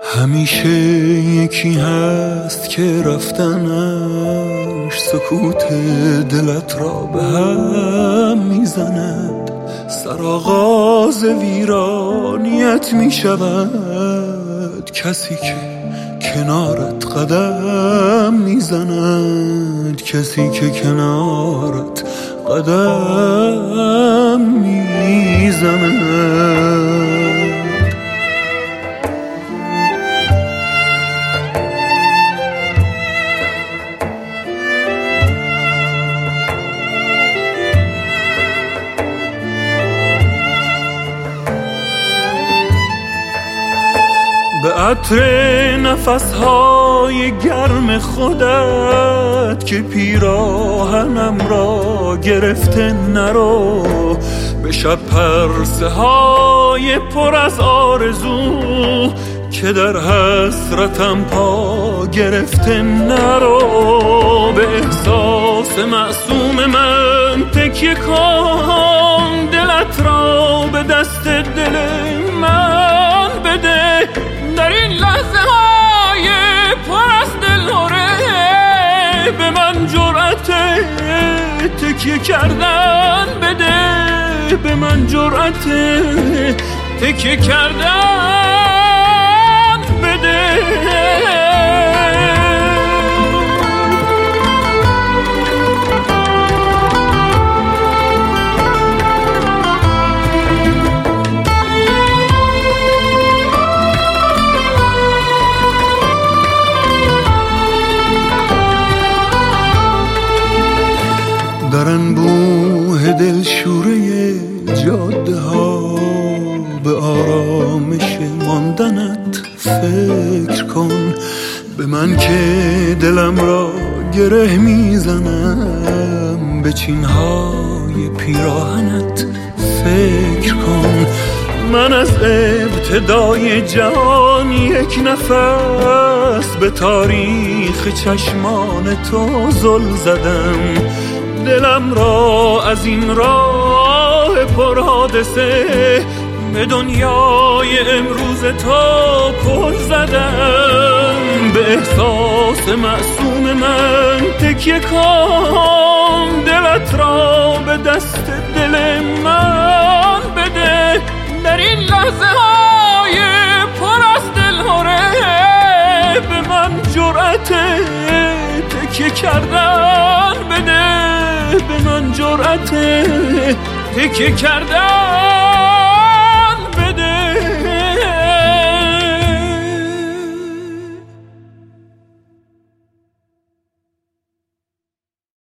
همیشه یکی هست که رفتنش سکوت دلت را به هم میزند، سرآغاز ویرانیت میشود کسی که کنارت قدم میزند، کسی که کنارت قدم میزند. به عطر نفسهای گرم خودت که پیراهنم را گرفته نرو، به شب پرسه های پر از آرزو که در حسرتم پا گرفته نرو. به احساس معصوم من تکیه کن، دلت را به دست دل من بده، در این لحظه های پر از دلهره به من جرأت تکیه کردن بده، به من جرأت تکیه کردن بده. در انبوه دلشوره جاده ها به آرامش ماندنت فکر کن، به من که دلم را گره میزنم به چینهای پیراهنت فکر کن. من از ابتدای جهان یک نفس به تاریخ چشمان تو زل زدم، دلم را از این راه پرحادثه به دنیای امروز تو پل زدم. به احساس معصوم من تکیه کن، دلت را به دست دل من بده، در این لحظه های پر از دلهره به من جرأت تکیه کردن بده، به من جرأت تکیه کردن